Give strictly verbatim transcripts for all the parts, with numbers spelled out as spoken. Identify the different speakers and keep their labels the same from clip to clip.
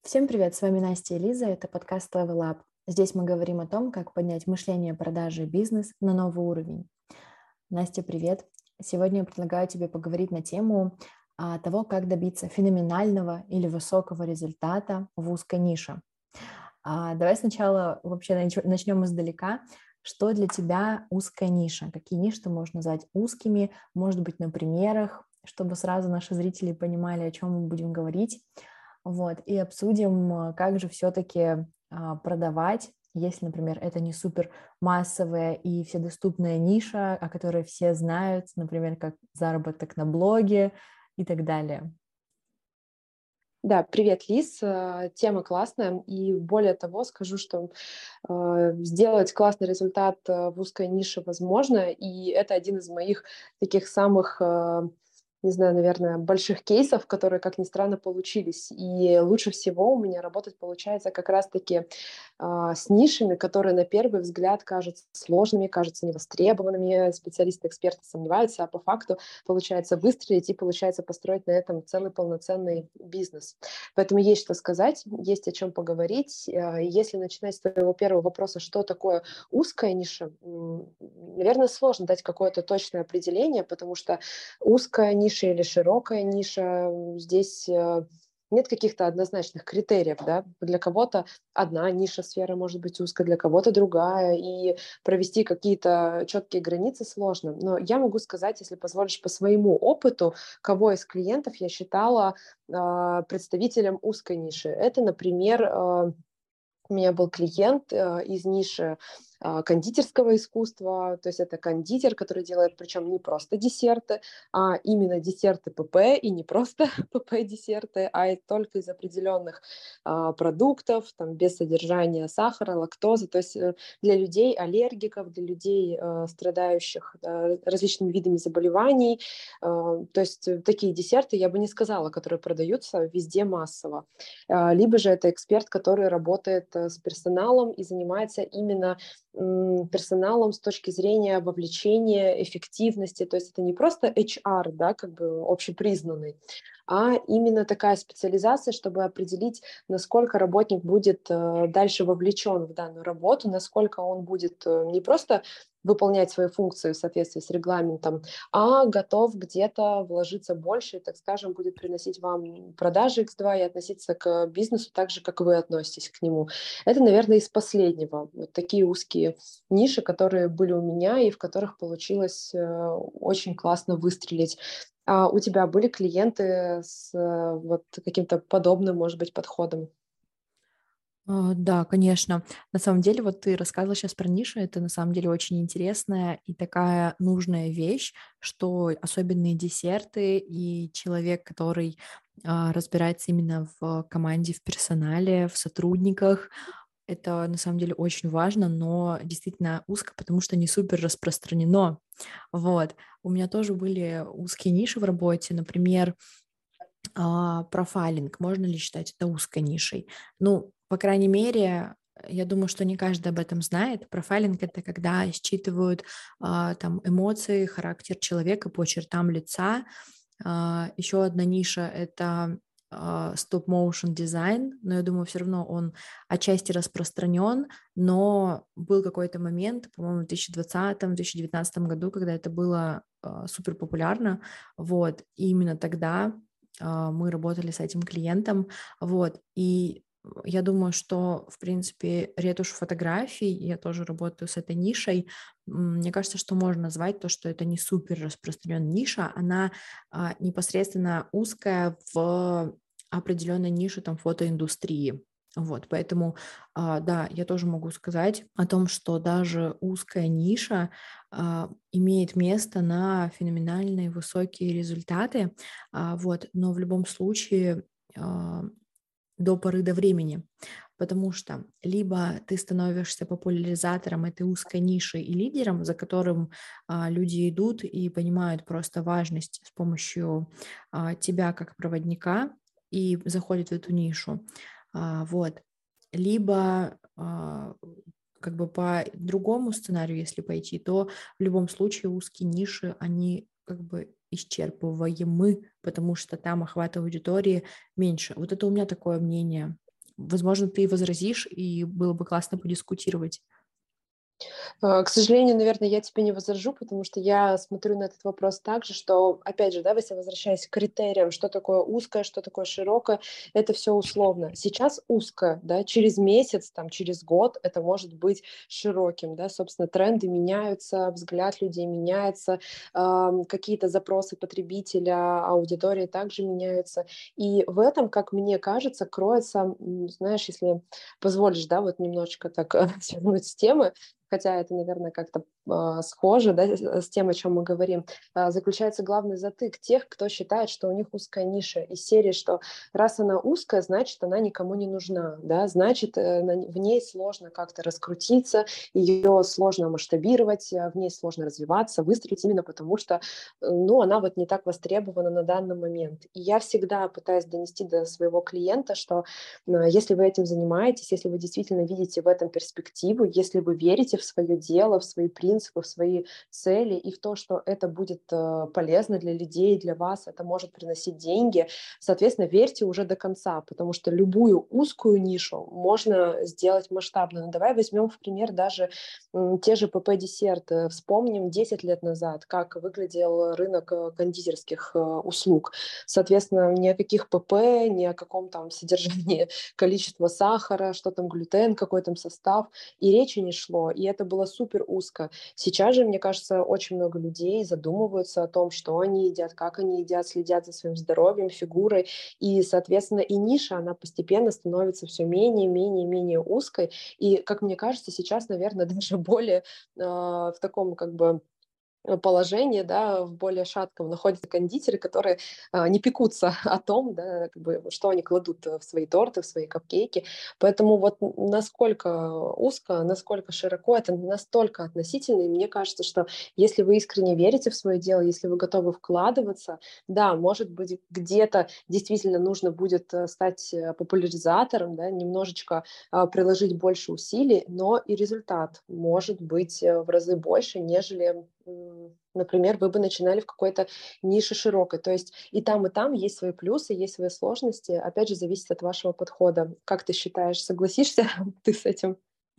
Speaker 1: Всем привет, с вами Настя и Лиза, это подкаст Level Up. Здесь мы говорим о том, как поднять мышление, продажи и бизнес на новый уровень. Настя, привет. Сегодня я предлагаю тебе поговорить на тему а, того, как добиться феноменального или высокого результата в узкой нише. А, давай сначала вообще нач- начнем издалека. Что для тебя узкая ниша? Какие ниши ты можешь назвать узкими? Может быть, на примерах, чтобы сразу наши зрители понимали, о чем мы будем говорить. Вот, и обсудим, а, как же все-таки а, продавать, если, например, это не супер массовая и вседоступная ниша, о которой все знают, например, как заработок на блоге и так далее.
Speaker 2: Да, привет, Лиз. Э, Тема классная. И более того, скажу, что э, сделать классный результат э, в узкой нише возможно. И это один из моих таких самых, э, не знаю, наверное, больших кейсов, которые, как ни странно, получились. И лучше всего у меня работать получается как раз-таки а, с нишами, которые на первый взгляд кажутся сложными, кажутся невостребованными. Специалисты, эксперты сомневаются, а по факту получается выстрелить и получается построить на этом целый полноценный бизнес. Поэтому есть что сказать, есть о чем поговорить. Э, Если начинать с твоего первого вопроса, что такое узкая ниша, м, наверное, сложно дать какое-то точное определение, потому что узкая ниша или широкая ниша, м, здесь э, нет каких-то однозначных критериев, да, для кого-то одна ниша сфера может быть узкой, для кого-то другая, и провести какие-то четкие границы сложно. Но я могу сказать, если позволишь, по своему опыту, кого из клиентов я считала а, представителем узкой ниши. Это, например, а, у меня был клиент э, из ниши а, кондитерского искусства, то есть это кондитер, который делает, причем не просто десерты, а именно десерты ПП, и не просто ПП-десерты, а и только из определенных а, продуктов, там, без содержания сахара, лактозы, то есть э, для людей аллергиков, для людей, э, страдающих э, различными видами заболеваний, э, то есть э, такие десерты, я бы не сказала, которые продаются везде массово. А, либо же это эксперт, который работает э, с персоналом и занимается именно м, персоналом с точки зрения вовлечения, эффективности. То есть это не просто эйч ар, да, как бы общепризнанный, а именно такая специализация, чтобы определить, насколько работник будет э, дальше вовлечен в данную работу, насколько он будет э, не просто выполнять свои функции в соответствии с регламентом, а готов где-то вложиться больше и, так скажем, будет приносить вам продажи икс два и относиться к бизнесу так же, как вы относитесь к нему. Это, наверное, из последнего. Вот такие узкие ниши, которые были у меня и в которых получилось э, очень классно выстрелить. А у тебя были клиенты с э, вот каким-то подобным, может быть, подходом?
Speaker 1: А, Да, конечно. На самом деле, вот ты рассказывала сейчас про ниши, это на самом деле очень интересная и такая нужная вещь, что особенные десерты и человек, который а, разбирается именно в команде, в персонале, в сотрудниках, это на самом деле очень важно, но действительно узко, потому что не супер распространено. Вот. У меня тоже были узкие ниши в работе, например, а, профайлинг можно ли считать это узкой нишей? Ну, по крайней мере, я думаю, что не каждый об этом знает. Профайлинг — это когда считывают а, там эмоции, характер человека по чертам лица. А, еще одна ниша — это стоп-моушен дизайн, но я думаю, все равно он отчасти распространен, но был какой-то момент, по-моему, в две тысячи двадцатом — две тысячи девятнадцатом году, когда это было супер популярно, вот, и именно тогда а, мы работали с этим клиентом, вот, и я думаю, что, в принципе, ретушь фотографий, я тоже работаю с этой нишей, м, мне кажется, что можно назвать то, что это не супер распространенная ниша, она а, непосредственно узкая в определенной нише там фотоиндустрии. Вот, поэтому, а, да, я тоже могу сказать о том, что даже узкая ниша а, имеет место на феноменальные высокие результаты, а, вот, но в любом случае а, до поры до времени, потому что либо ты становишься популяризатором этой узкой ниши и лидером, за которым а, люди идут и понимают просто важность с помощью а, тебя как проводника и заходят в эту нишу, А, вот, либо а, как бы по другому сценарию, если пойти, то в любом случае узкие ниши, они как бы исчерпываемы, потому что там охват аудитории меньше. Вот это у меня такое мнение. возможно, ты возразишь, и было бы классно подискутировать.
Speaker 2: А, К сожалению, наверное, я тебе не возражу, потому что я смотрю на этот вопрос так же, что, опять же, да, если возвращаясь к критериям, что такое узкое, что такое широкое, это все условно. Сейчас узкое, да, через месяц, там, через год это может быть широким, да, собственно, тренды меняются, взгляд людей меняется, ам, какие-то запросы потребителя, аудитории также меняются. И в этом, как мне кажется, кроется, м, знаешь, если позволишь, да, вот немножечко так свернуть с темы, хотя это, наверное, как-то а, схоже, да, с с тем, о чем мы говорим, а, заключается главный затык тех, кто считает, что у них узкая ниша из серии, что раз она узкая, значит, она никому не нужна, да, значит, э, на н- в ней сложно как-то раскрутиться, ее сложно масштабировать, а, в ней сложно развиваться, выстрелить именно потому, что, э, ну, она вот не так востребована на данный момент. И я всегда пытаюсь донести до своего клиента, что а, если вы этим занимаетесь, если вы действительно видите в этом перспективу, если вы верите в свое дело, в свои принципы, в свои цели и в то, что это будет э, полезно для людей, для вас, это может приносить деньги, соответственно, верьте уже до конца, потому что любую узкую нишу можно сделать масштабно. Но давай возьмем в пример даже м, те же ПП-десерты. Вспомним десять лет назад, как выглядел рынок э, кондитерских э, услуг. Соответственно, ни о каких ПП, ни о каком там содержании количество сахара, что там глютен, какой там состав, и речи не шло, и это было супер узко. Сейчас же, мне кажется, очень много людей задумываются о том, что они едят, как они едят, следят за своим здоровьем, фигурой, и, соответственно, и ниша, она постепенно становится все менее, менее, менее узкой, и, как мне кажется, сейчас, наверное, даже более э, в таком как бы э, положении, да, в более шатком находятся кондитеры, которые а, не пекутся о том, да, как бы, что они кладут э, в свои торты, в свои капкейки. Поэтому вот н- насколько узко, насколько широко, это настолько относительно. И мне кажется, что если вы искренне верите в свое дело, если вы готовы вкладываться, да, может быть, где-то действительно нужно будет э, стать э, популяризатором, да, немножечко а, приложить больше усилий, но и результат может быть э, в разы больше, нежели, м, например, вы бы начинали в какой-то нише широкой. То есть и там, и там есть свои плюсы, есть свои сложности. Опять же, зависит от вашего подхода. Как ты считаешь, согласишься ты с этим?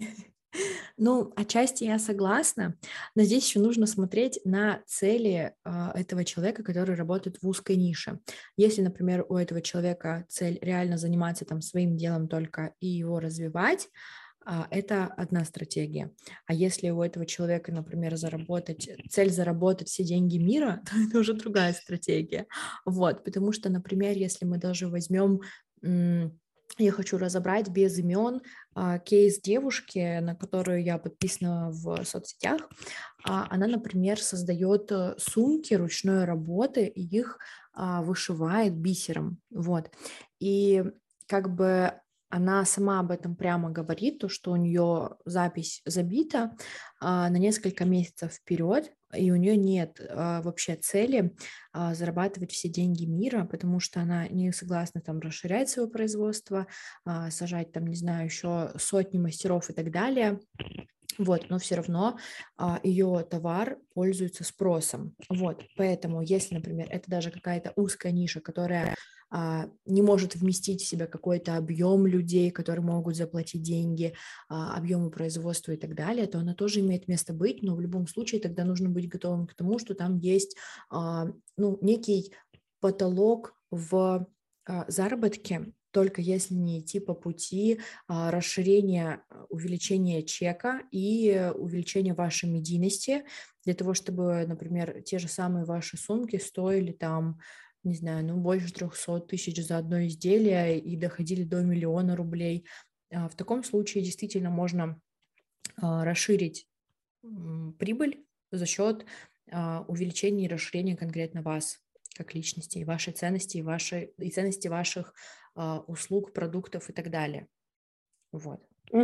Speaker 1: Ну, отчасти я согласна, но здесь еще нужно смотреть на цели а, этого человека, который работает в узкой нише. Если, например, у этого человека цель реально заниматься там своим делом только и его развивать, а, это одна стратегия. А если у этого человека, например, заработать, цель заработать все деньги мира, то это уже другая стратегия. Вот, потому что, например, если мы даже возьмем, м, я хочу разобрать без имен а, кейс девушки, на которую я подписана в соцсетях. А, Она, например, создает э, сумки ручной работы и их а, вышивает бисером. Вот. И как бы она сама об этом прямо говорит, то, что у нее запись забита а, на несколько месяцев вперед, и у нее нет а, вообще цели а, зарабатывать все деньги мира, потому что она не согласна там расширять свое производство, а, сажать там, не знаю, еще сотни мастеров и так далее. Вот, но все равно а, ее товар пользуется спросом. Вот, поэтому, если, например, это даже какая-то узкая ниша, которая а, не может вместить в себя какой-то объем людей, которые могут заплатить деньги, а, объемы производства и так далее, то она тоже имеет место быть, но в любом случае тогда нужно быть готовым к тому, что там есть а, ну, некий потолок в а, заработке, только если не идти по пути а, расширения, а, увеличения чека и э, увеличения вашей медийности для того, чтобы, например, те же самые ваши сумки стоили там, не знаю, ну, больше трехсот тысяч за одно изделие и доходили до миллиона рублей. А, В таком случае действительно можно а, расширить м, прибыль за счет а, увеличения и расширения конкретно вас как личности, и вашей ценности, и, вашей, и ценности ваших а, услуг, продуктов и так далее. Вот.
Speaker 2: Мгм.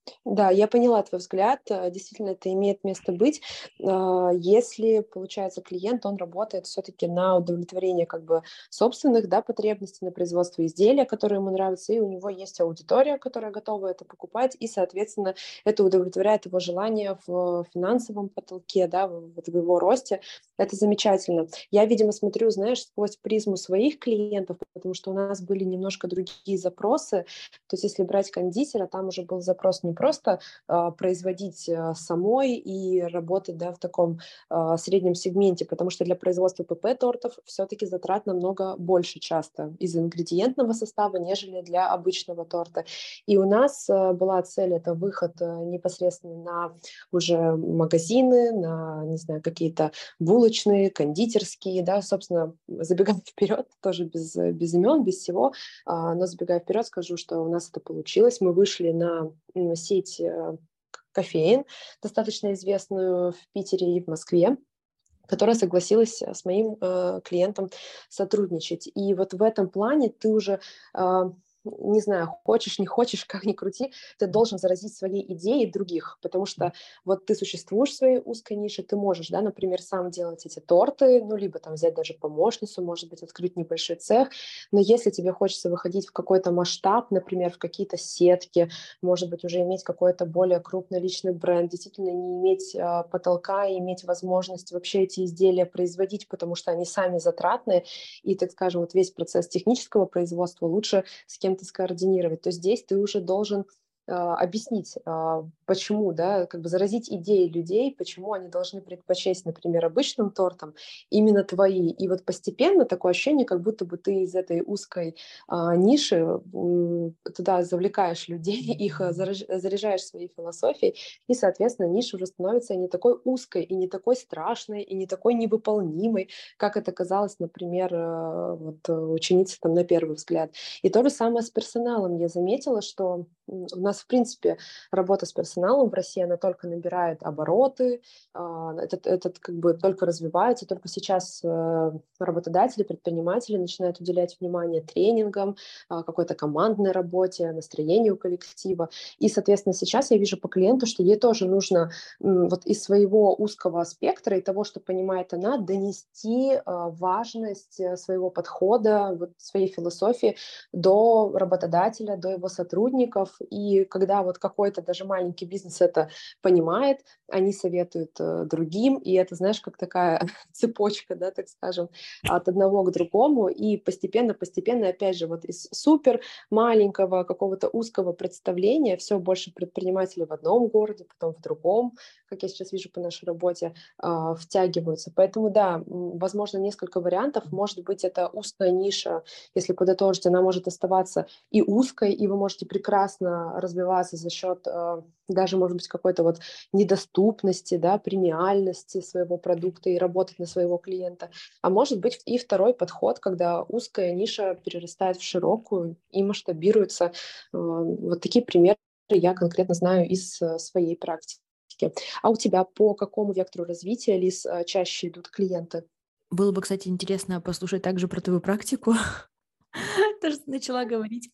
Speaker 2: Да, я поняла твой взгляд. Э, Действительно, это имеет место быть. А, Если, получается, клиент, он работает все-таки на удовлетворение как бы собственных, да, потребностей, на производство изделия, которые ему нравятся, и у него есть аудитория, которая готова это покупать, и, соответственно, это удовлетворяет его желание в финансовом потолке, да, в, вот в его росте. Это замечательно. Я, видимо, смотрю, знаешь, сквозь призму своих клиентов, потому что у нас были немножко другие запросы. То есть если брать кондитера, там уже был запрос не просто а, производить а, самой и работать, да, в таком а, среднем сегменте, потому что для производства ПП-тортов все-таки затрат намного больше часто из ингредиентного состава, нежели для обычного торта. И у нас а, была цель — это выход а, непосредственно на уже магазины, на, не знаю, какие-то булочные, кондитерские, да, собственно, забегая вперед, тоже без, без имен, без всего, а, но забегая вперед, скажу, что у нас это получилось. Мы вышли на м, сеть э, к- кофеен, достаточно известную в Питере и в Москве, которая согласилась э, с моим э, клиентом сотрудничать. И вот в этом плане ты уже, а, не знаю, хочешь, не хочешь, как ни крути, ты должен заразить своей идеей других, потому что вот ты существуешь в своей узкой нише, ты можешь, да, например, сам делать эти торты, ну, либо там взять даже помощницу, может быть, открыть небольшой цех, но если тебе хочется выходить в какой-то масштаб, например, в какие-то сетки, может быть, уже иметь какой-то более крупный личный бренд, действительно не иметь а, потолка и иметь возможность вообще эти изделия производить, потому что они сами затратные, и, так скажем, вот весь процесс технического производства лучше с кем-то скоординировать, то здесь ты уже должен а, объяснить, а, почему, да, как бы заразить идеи людей, почему они должны предпочесть, например, обычным тортом именно твои. И вот постепенно такое ощущение, как будто бы ты из этой узкой а, ниши м, туда завлекаешь людей, их а, заряж- заряжаешь своей философией, и, соответственно, ниша уже становится не такой узкой, и не такой страшной, и не такой невыполнимой, как это казалось, например, э, вот, э, ученице там на первый взгляд. И то же самое с персоналом. Я заметила, что м, у нас, в принципе, работа с персоналом в России, она только набирает обороты, а, этот, этот как бы только развивается, только сейчас э, работодатели, предприниматели начинают уделять внимание тренингам, а, какой-то командной работе, настроению коллектива. И, соответственно, сейчас я вижу по клиенту, что ей тоже нужно м, вот из своего узкого спектра и того, что понимает она, донести а, важность э, своего подхода, вот, своей философии до работодателя, до его сотрудников. И когда вот какой-то даже маленький бизнес это понимает, они советуют э, другим, и это, знаешь, как такая цепочка, да, так скажем, от одного к другому, и постепенно-постепенно, опять же, вот из супер маленького какого-то узкого представления все больше предпринимателей в одном городе, потом в другом, как я сейчас вижу по нашей работе, а, втягиваются. Поэтому, да, м, возможно, несколько вариантов. Может быть, это узкая ниша, если подытожить, она может оставаться и узкой, и вы можете прекрасно развиваться за счет э, даже, может быть, какой-то вот недоступности, да, премиальности своего продукта и работать на своего клиента. А может быть и второй подход, когда узкая ниша перерастает в широкую и масштабируется. Э, Вот такие примеры я конкретно знаю из э, своей практики. А у тебя по какому вектору развития, Лиз, э, чаще идут клиенты?
Speaker 1: Было бы, кстати, интересно послушать также про твою практику, то, что начала говорить.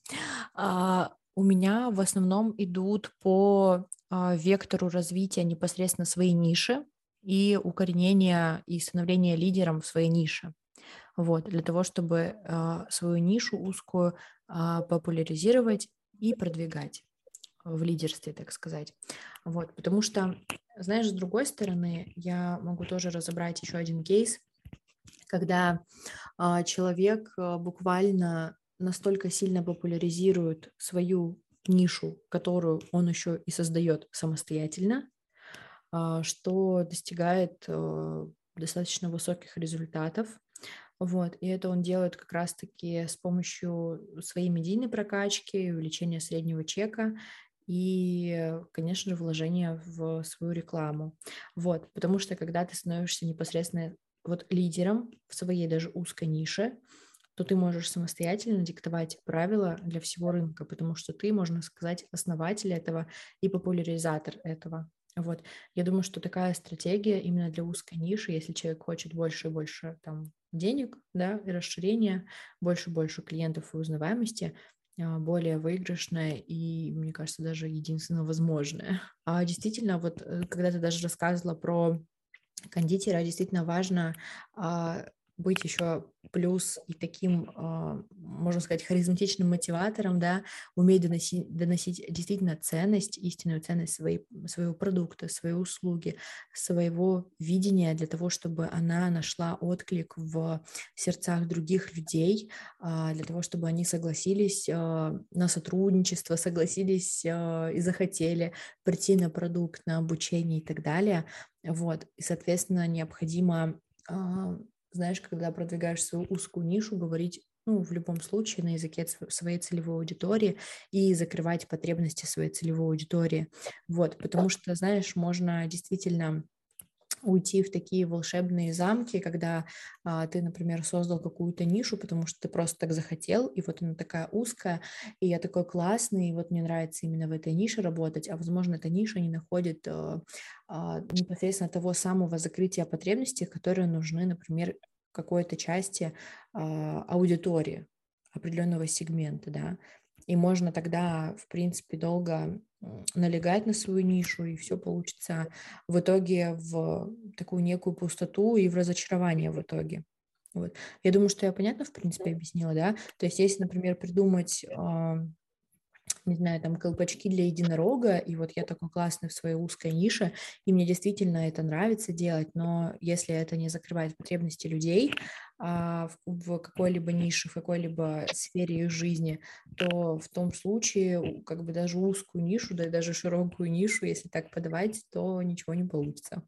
Speaker 1: А, у меня в основном идут по а, вектору развития непосредственно своей ниши и укоренения и становления лидером в своей нише. Вот, для того, чтобы а, свою нишу узкую а, популяризировать и продвигать в лидерстве, так сказать. Вот, потому что, знаешь, с другой стороны, я могу тоже разобрать еще один кейс, когда а, человек а, буквально настолько сильно популяризирует свою нишу, которую он еще и создает самостоятельно, а, что достигает э, достаточно высоких результатов. Вот, и это он делает как раз-таки с помощью своей медийной прокачки, увеличения среднего чека и, конечно же, вложения в свою рекламу. Вот, потому что когда ты становишься непосредственно вот лидером в своей даже узкой нише, то ты можешь самостоятельно диктовать правила для всего рынка, потому что ты, можно сказать, основатель этого и популяризатор этого. Вот. Я думаю, что такая стратегия именно для узкой ниши, если человек хочет больше и больше там денег, да, и расширения, больше и больше клиентов и узнаваемости, а, более выигрышное и, мне кажется, даже единственно возможное. А действительно, вот э, когда ты даже рассказывала про кондитера, действительно важно а, быть еще плюс и таким, а, можно сказать, харизматичным мотиватором, да, уметь доносить, доносить действительно ценность, истинную ценность своей, своего продукта, своей услуги, своего видения для того, чтобы она нашла отклик в сердцах других людей, а, для того, чтобы они согласились а, на сотрудничество, согласились а, и захотели прийти на продукт, на обучение и так далее. Вот, и, соответственно, необходимо, а, знаешь, когда продвигаешь свою узкую нишу, говорить, ну, в любом случае на языке св- своей целевой аудитории и закрывать потребности своей целевой аудитории. Вот, потому что, знаешь, можно действительно уйти в такие волшебные замки, когда а, ты, например, создал какую-то нишу, потому что ты просто так захотел, и вот она такая узкая, и я такой классный, и вот мне нравится именно в этой нише работать, а возможно, эта ниша не находит а, а, непосредственно того самого закрытия потребностей, которые нужны, например, какой-то части а, аудитории определенного сегмента, да, и можно тогда, в принципе, долго м, налегать на свою нишу, и все получится в итоге в такую некую пустоту и в разочарование в итоге. Вот. Я думаю, что я понятно, в принципе, объяснила, да? То есть если, например, придумать, а, не знаю, там колпачки для единорога, и вот я такой классный в своей узкой нише, и мне действительно это нравится делать, но если это не закрывает потребности людей а, в, в какой-либо нише, в какой-либо сфере их жизни, то в том случае у- как бы даже узкую нишу, да и даже широкую нишу, если так подавать, то ничего не получится.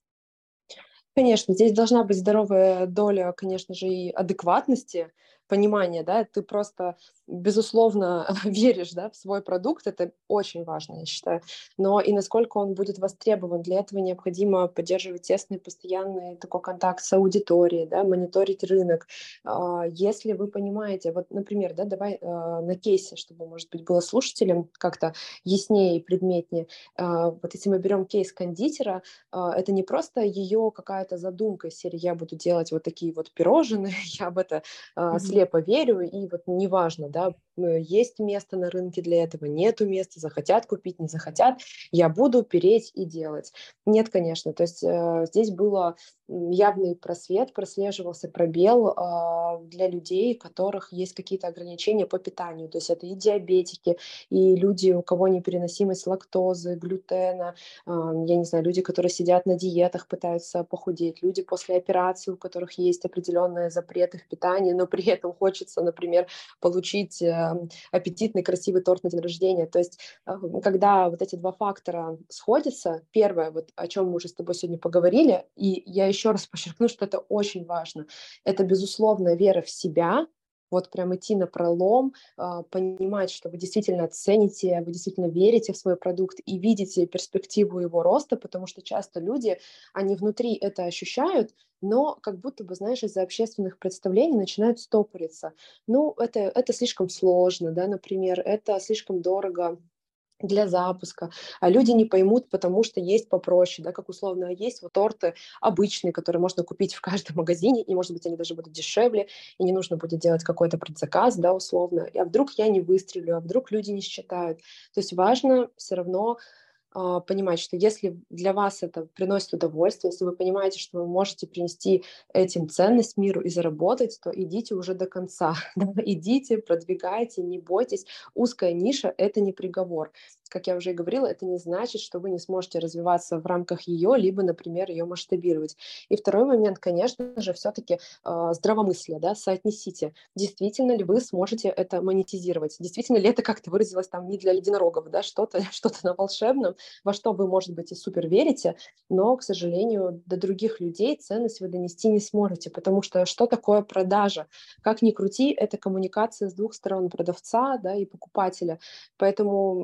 Speaker 2: Конечно, здесь должна быть здоровая доля, конечно же, и адекватности, понимания, да. Ты просто, безусловно, веришь, да, в свой продукт. Это очень важно, я считаю. Но и насколько он будет востребован. Для этого необходимо поддерживать тесный, постоянный такой контакт с аудиторией, да, мониторить рынок. А, Если вы понимаете, вот, например, да, давай а, на кейсе, чтобы, может быть, было слушателям как-то яснее и предметнее. А, Вот если мы берем кейс кондитера, а, это не просто ее какая-то задумка из серии «я буду делать вот такие вот пирожные, я в это а,
Speaker 1: Мгм.
Speaker 2: слепо верю», и вот неважно, да, э, есть место на рынке для этого, нету места, захотят купить, не захотят, я буду переть и делать. Нет, конечно, то есть э, здесь было м, явный просвет, прослеживался пробел а, для людей, у которых есть какие-то ограничения по питанию, то есть это и диабетики, и люди, у кого непереносимость лактозы, глютена, ам, я не знаю, люди, которые сидят на диетах, пытаются похудеть, люди после операции, у которых есть определенные запреты в питании, но при этом хочется, например, получить эм, аппетитный, красивый торт на день рождения. То есть, а, когда вот эти два фактора сходятся, первое, вот о чем мы уже с тобой сегодня поговорили, и я еще раз подчеркну, что это очень важно, это, безусловно, вера в себя, вот прям идти на пролом, а, понимать, что вы действительно цените, вы действительно верите в свой продукт и видите перспективу его роста, потому что часто люди, они внутри это ощущают, но как будто бы, знаешь, из-за общественных представлений начинают стопориться. Ну, это, это слишком сложно, да, например, это слишком дорого для запуска, а люди не поймут, потому что есть попроще, да, как условно есть вот торты обычные, которые можно купить в каждом магазине, и, может быть, они даже будут дешевле, и не нужно будет делать какой-то предзаказ, да, условно. И, а вдруг я не выстрелю, а вдруг люди не считают. То есть важно все равно а, понимать, что если для вас это приносит удовольствие, если вы понимаете, что вы можете принести этим ценность миру и заработать, то идите уже до конца. Да, идите, продвигайте, не бойтесь. Узкая ниша — это не приговор. Как я уже и говорила, это не значит, что вы не сможете развиваться в рамках ее, либо, например, ее масштабировать. И второй момент, конечно же, все-таки э, здравомыслие, да, соотнесите. Действительно ли вы сможете это монетизировать? Действительно ли это как-то выразилось там не для единорогов, да, что-то что на волшебном, во что вы, может быть, и супер верите, но, к сожалению, до других людей ценность вы донести не сможете, потому что что такое продажа? Как ни крути, это коммуникация с двух сторон продавца, да, и покупателя. Поэтому интерес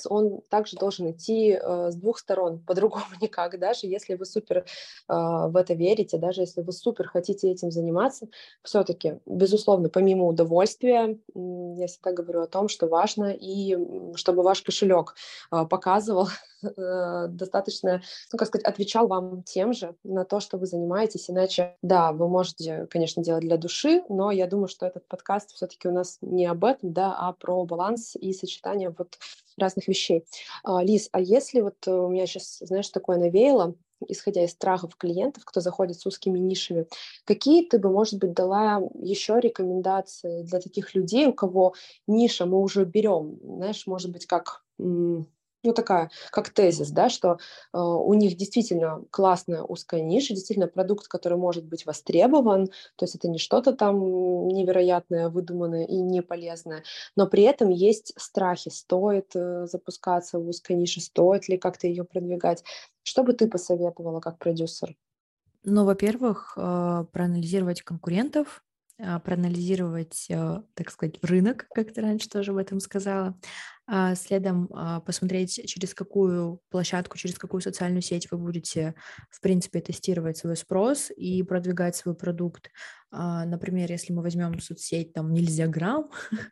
Speaker 2: процесс, он также должен идти э, с двух сторон, по-другому никак. Даже если вы супер э, в это верите, даже если вы супер хотите этим заниматься, все-таки, безусловно, помимо удовольствия, м, я всегда говорю о том, что важно, и м, чтобы ваш кошелек э, показывал э, достаточно, ну, как сказать, отвечал вам тем же на то, что вы занимаетесь. Иначе, да, вы можете, конечно, делать для души, но я думаю, что этот подкаст все-таки у нас не об этом, да, а про баланс и сочетание вот разных вещей. А, Лиз, а если вот э, у меня сейчас, знаешь, такое навеяло, исходя из страхов клиентов, кто заходит с узкими нишами, какие ты бы, может быть, дала еще рекомендации для таких людей, у кого ниша мы уже берем, знаешь, может быть, как м, ну, такая, как тезис, да, что э, у них действительно классная узкая ниша, действительно продукт, который может быть востребован, то есть это не что-то там невероятное, выдуманное и не полезное, но при этом есть страхи, стоит э, запускаться в узкой нише, стоит ли как-то ее продвигать. Что бы ты посоветовала как продюсер?
Speaker 1: Ну, во-первых, э, проанализировать конкурентов, а, проанализировать, э, так сказать, рынок, как ты раньше тоже об этом сказала. А, Следом а, посмотреть, через какую площадку, через какую социальную сеть вы будете, в принципе, тестировать свой спрос и продвигать свой продукт. А, Например, если мы возьмем соцсеть, там, Нельзяграм,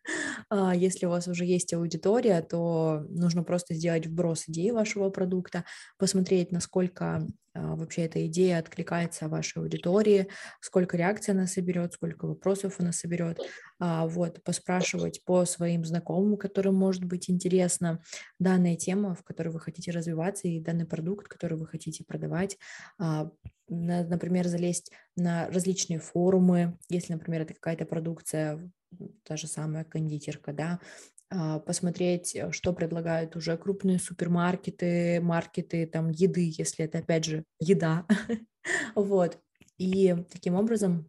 Speaker 1: а, если у вас уже есть аудитория, то нужно просто сделать вброс идеи вашего продукта, посмотреть, насколько а, вообще эта идея откликается вашей аудитории, сколько реакций она соберет, сколько вопросов она соберет, а, вот, поспрашивать по своим знакомым, которым может быть интересна данная тема, в которой вы хотите развиваться, и данный продукт, который вы хотите продавать. А, на- Например, залезть на различные форумы, если, например, это какая-то продукция, м, та же самая кондитерка, да, а, посмотреть, э, что предлагают уже крупные супермаркеты, маркеты там еды, если это, опять же, еда. Вот. И таким образом,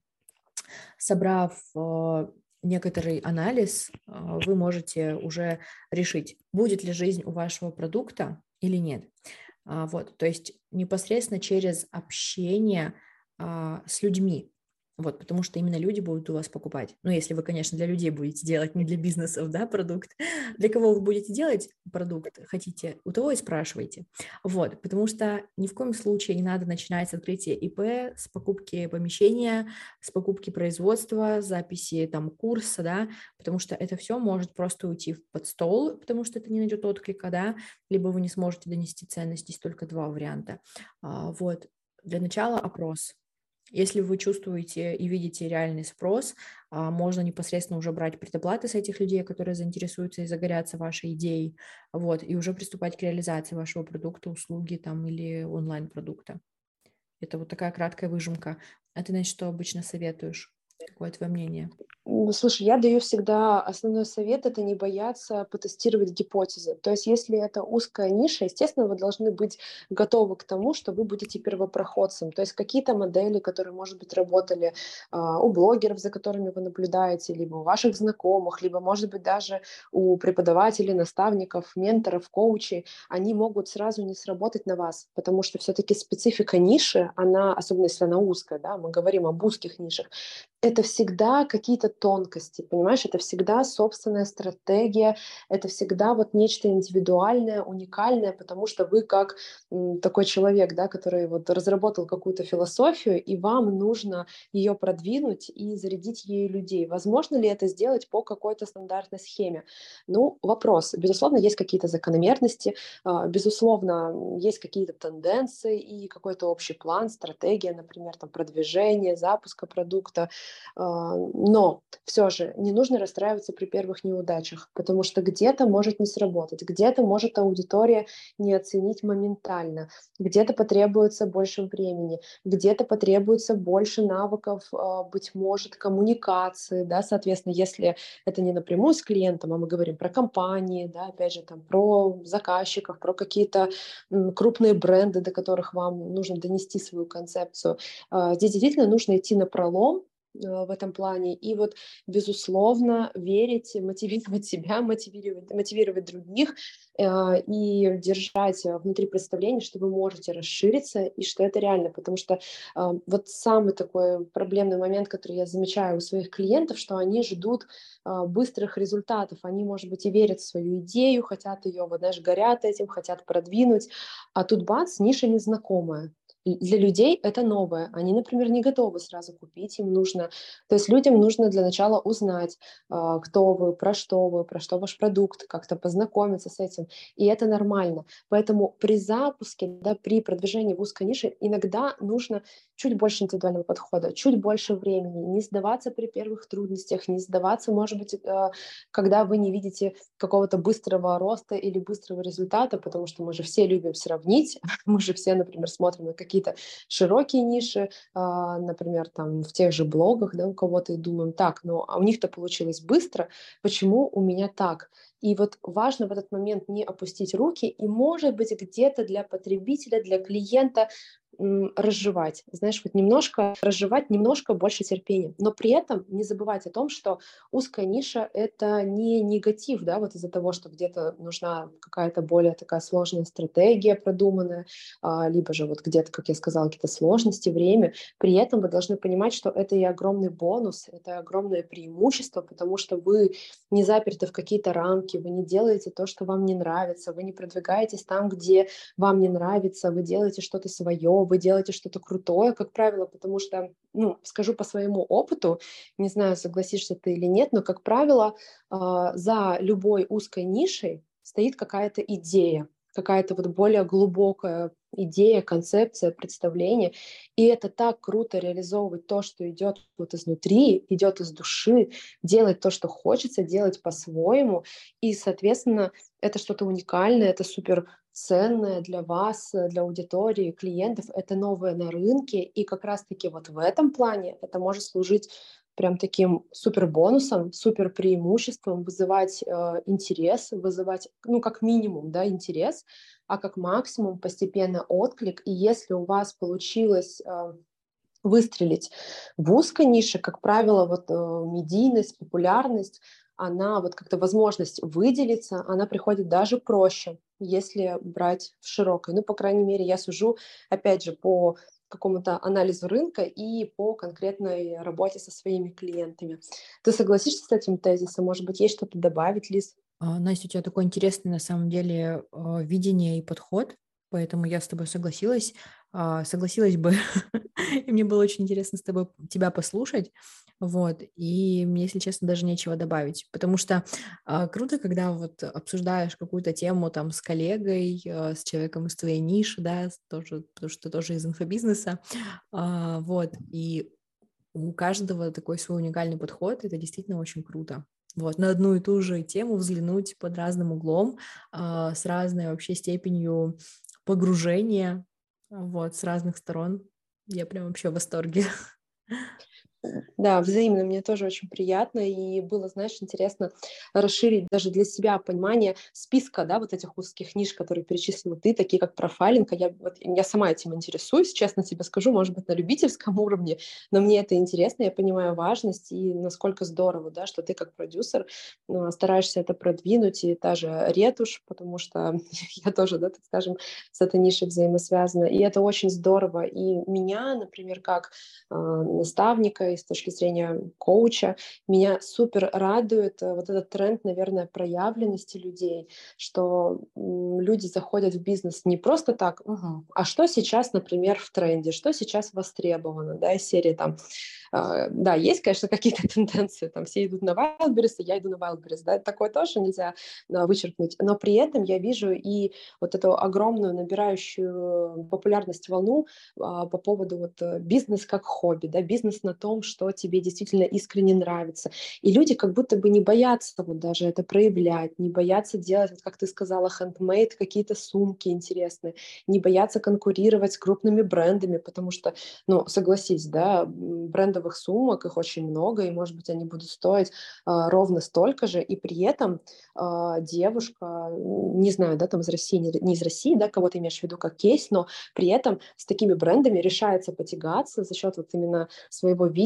Speaker 1: собрав э, некоторый анализ, э, вы можете уже решить, будет ли жизнь у вашего продукта или нет. А, Вот. То есть непосредственно через общение а, с людьми. Вот, потому что именно люди будут у вас покупать. Ну, если вы, конечно, для людей будете делать, не для бизнесов, да, продукт. Для кого вы будете делать продукт, хотите, у того и спрашивайте. Вот, потому что ни в коем случае не надо начинать с открытия ИП, с покупки помещения, с покупки производства, записи там курса, да, потому что это все может просто уйти под стол, потому что это не найдет отклика, да, либо вы не сможете донести ценность, здесь только два варианта. А, Вот, для начала опрос. Если вы чувствуете и видите реальный спрос, а, можно непосредственно уже брать предоплаты с этих людей, которые заинтересуются и загорятся вашей идеей, вот, и уже приступать к реализации вашего продукта, услуги там или онлайн-продукта. Это вот такая краткая выжимка. А ты, значит, что обычно советуешь? Какое твое мнение?
Speaker 2: Ну, слушай, я даю всегда основной совет — это не бояться потестировать гипотезы. То есть если это узкая ниша, естественно, вы должны быть готовы к тому, что вы будете первопроходцем. То есть какие-то модели, которые, может быть, работали а, у блогеров, за которыми вы наблюдаете, либо у ваших знакомых, либо, может быть, даже у преподавателей, наставников, менторов, коучей, они могут сразу не сработать на вас, потому что все-таки специфика ниши, она, особенно если она узкая, да, мы говорим об узких нишах, это всегда какие-то тонкости, понимаешь? Это всегда собственная стратегия, это всегда вот нечто индивидуальное, уникальное, потому что вы как м, такой человек, да, который вот разработал какую-то философию, и вам нужно ее продвинуть и зарядить ею людей. Возможно ли это сделать по какой-то стандартной схеме? Ну, вопрос. Безусловно, есть какие-то закономерности, а, безусловно, есть какие-то тенденции и какой-то общий план, стратегия, например, там, продвижения, запуска продукта. А, Но все же не нужно расстраиваться при первых неудачах, потому что где-то может не сработать, где-то может аудитория не оценить моментально, где-то потребуется больше времени, где-то потребуется больше навыков, а, быть может, коммуникации, да, соответственно, если это не напрямую с клиентом, а мы говорим про компании, да, опять же, там, про заказчиков, про какие-то м, крупные бренды, до которых вам нужно донести свою концепцию. А, Здесь действительно нужно идти на пролом, в этом плане. И вот, безусловно, верить, мотивировать себя, мотивировать, мотивировать других э, и держать э, внутри представление, что вы можете расшириться и что это реально. Потому что э, вот самый такой проблемный момент, который я замечаю у своих клиентов, что они ждут э, быстрых результатов. Они, может быть, и верят в свою идею, хотят ее, вот, знаешь, горят этим, хотят продвинуть. А тут бац, ниша незнакомая. Л- Для людей это новое. Они, например, не готовы сразу купить, им нужно... То есть людям нужно для начала узнать, а, кто вы, про что вы, про что ваш продукт, как-то познакомиться с этим. И это нормально. Поэтому при запуске, да, при продвижении в узкой нише иногда нужно чуть больше индивидуального подхода, чуть больше времени, не сдаваться при первых трудностях, не сдаваться, может быть, э, когда вы не видите какого-то быстрого роста или быстрого результата, потому что мы же все любим сравнить, мы же все, например, смотрим на какие-то широкие ниши, а, например, там в тех же блогах, да, у кого-то и думаем, так, ну, а у них-то получилось быстро, почему у меня так? И вот важно в этот момент не опустить руки и, может быть, где-то для потребителя, для клиента м, разжевать, знаешь, вот немножко разжевать, немножко больше терпения, но при этом не забывать о том, что узкая ниша — это не негатив, да, вот из-за того, что где-то нужна какая-то более такая сложная стратегия продуманная, а, либо же вот где-то, как я сказала, какие-то сложности, время. При этом вы должны понимать, что это и огромный бонус, это огромное преимущество, потому что вы не заперты в какие-то рамки, вы не делаете то, что вам не нравится, вы не продвигаетесь там, где вам не нравится, вы делаете что-то свое, вы делаете что-то крутое, как правило, потому что, ну, скажу по своему опыту, не знаю, согласишься ты или нет, но, как правило, а, за любой узкой нишей стоит какая-то идея, какая-то вот более глубокая идея, концепция, представление. И это так круто реализовывать то, что идет вот изнутри, идет из души, делать то, что хочется, делать по-своему. И, соответственно, это что-то уникальное, это супер ценное для вас, э, для аудитории, клиентов. Это новое на рынке. И как раз-таки вот в этом плане это может служить прям таким супер бонусом, супер преимуществом, вызывать э, интерес, вызывать, ну, как минимум, да, интерес, а как максимум постепенно отклик. И если у вас получилось э, выстрелить в узкой нише, как правило, вот э, медийность, популярность, она вот как-то возможность выделиться, она приходит даже проще, если брать в широкой. Ну, по крайней мере, я сужу, опять же, по какому-то анализу рынка и по конкретной работе со своими клиентами. Ты согласишься с этим тезисом? Может быть, есть что-то добавить, Лиз?
Speaker 1: А, Настя, у тебя такой интересный на самом деле а, видение и подход, поэтому я с тобой согласилась. А, Согласилась бы, и мне было очень интересно с тобой тебя послушать, вот, и мне, если честно, даже нечего добавить, потому что а, круто, когда вот обсуждаешь какую-то тему там с коллегой, а, с человеком из твоей ниши, да, с- тоже, потому что тоже из инфобизнеса, а, вот, и у каждого такой свой уникальный подход, это действительно очень круто. Вот, на одну и ту же тему взглянуть под разным углом, а, с разной вообще степенью погружения, вот, с разных сторон. Я прям вообще в восторге.
Speaker 2: Да, взаимно, мне тоже очень приятно, и было, знаешь, интересно расширить даже для себя понимание списка, да, вот этих узких ниш, которые перечислила ты, такие как профайлинг. А Я, вот, я сама этим интересуюсь, честно тебе скажу, может быть, на любительском уровне, но мне это интересно, я понимаю важность и насколько здорово, да, что ты как продюсер ну, стараешься это продвинуть, и та же ретушь, потому что я тоже, да, так скажем, с этой нишей взаимосвязана, и это очень здорово. И меня, например, как а, наставника и с точки зрения коуча. Меня супер радует э, вот этот тренд, наверное, проявленности людей, что м, люди заходят в бизнес не просто так, «Мгм, а что сейчас, например, в тренде, что сейчас востребовано, да, из серии там, а, да, есть, конечно, какие-то тенденции, там все идут на Wildberries, и я иду на Wildberries, да, такое тоже нельзя а, вычеркнуть, но при этом я вижу и вот эту огромную набирающую популярность волну а, по поводу вот э, бизнес как хобби, да, бизнес на том, что тебе действительно искренне нравится. И люди как будто бы не боятся вот даже это проявлять, не боятся делать, вот как ты сказала, handmade, какие-то сумки интересные, не боятся конкурировать с крупными брендами, потому что, ну, согласись, да, м, брендовых сумок, их очень много, и, может быть, они будут стоить а, ровно столько же, и при этом а, девушка, м, не знаю, да, там из России, не, не из России, да, кого ты имеешь в виду как кейс, но при этом с такими брендами решается потягаться за счет вот именно своего видения,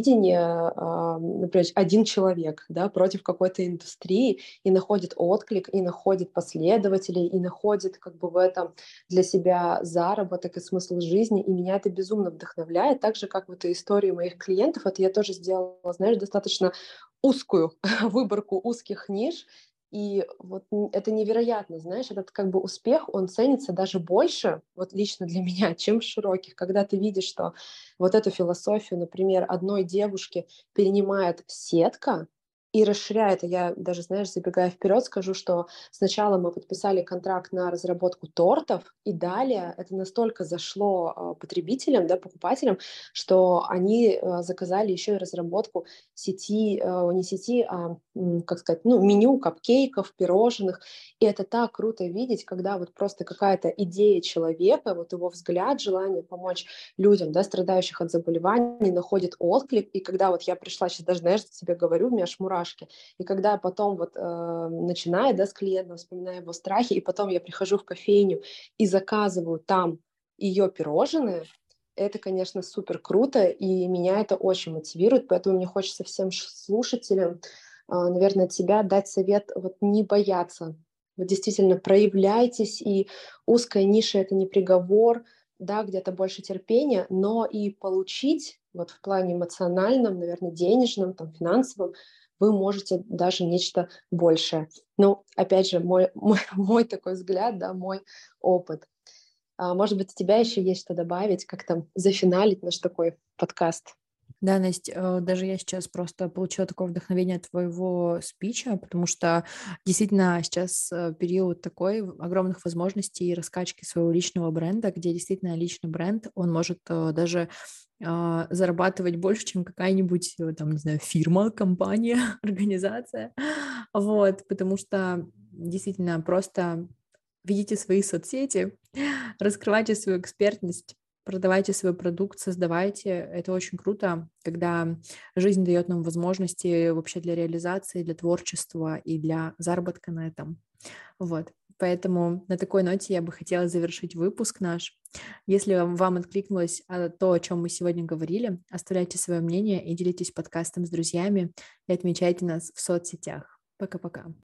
Speaker 2: видение, а, например, один человек, да, против какой-то индустрии и находит отклик, и находит последователей, и находит как бы в этом для себя заработок и смысл жизни, и меня это безумно вдохновляет. Так же, как в этой истории моих клиентов, это я тоже сделала, знаешь, достаточно узкую выборку узких ниш, и вот н это невероятно, знаешь, этот как бы успех, он ценится даже больше, вот лично для меня, чем в широких. Когда ты видишь, что вот эту философию, например, одной девушки перенимает сетка и расширяет. А я даже, знаешь, забегая вперед, скажу, что сначала мы подписали контракт на разработку тортов, и далее это настолько зашло а, потребителям, да, покупателям, что они а, заказали еще и разработку сети, а, не сети, а, м, как сказать, ну, меню капкейков, пирожных. И это так круто видеть, когда вот просто какая-то идея человека, вот его взгляд, желание помочь людям, да, страдающих от заболеваний, находит отклик. И когда вот я пришла, сейчас даже, знаешь, себе говорю, у меня аж мурашки. И когда потом вот э, начинаю, да, с клиентом, вспоминаю его страхи, и потом я прихожу в кофейню и заказываю там ее пирожные, это, конечно, супер круто, и меня это очень мотивирует, поэтому мне хочется всем ш- слушателям, а, наверное, от тебя дать совет вот не бояться. Вот действительно проявляйтесь, и узкая ниша — это не приговор, да, где-то больше терпения, но и получить вот в плане эмоциональном, наверное, денежном, там, финансовом, вы можете даже нечто большее. Ну, опять же, мой, мой, мой такой взгляд, да, мой опыт. А, может быть, у тебя еще есть что добавить, как там зафиналить наш такой подкаст?
Speaker 1: Да, Настя, э, даже я сейчас просто получила такое вдохновение от твоего спича, потому что действительно сейчас э, период такой в- огромных возможностей и раскачки своего личного бренда, где действительно личный бренд, он может э, даже а, зарабатывать больше, чем какая-нибудь, э, там, не знаю, фирма, компания, организация. Вот, потому что действительно просто ведите свои соцсети, раскрывайте свою экспертность, продавайте свой продукт, создавайте. Это очень круто, когда жизнь дает нам возможности вообще для реализации, для творчества и для заработка на этом. Вот. Поэтому на такой ноте я бы хотела завершить выпуск наш. Если вам вам откликнулось а, то, о чем мы сегодня говорили, оставляйте свое мнение и делитесь подкастом с друзьями и отмечайте нас в соцсетях. Пока-пока.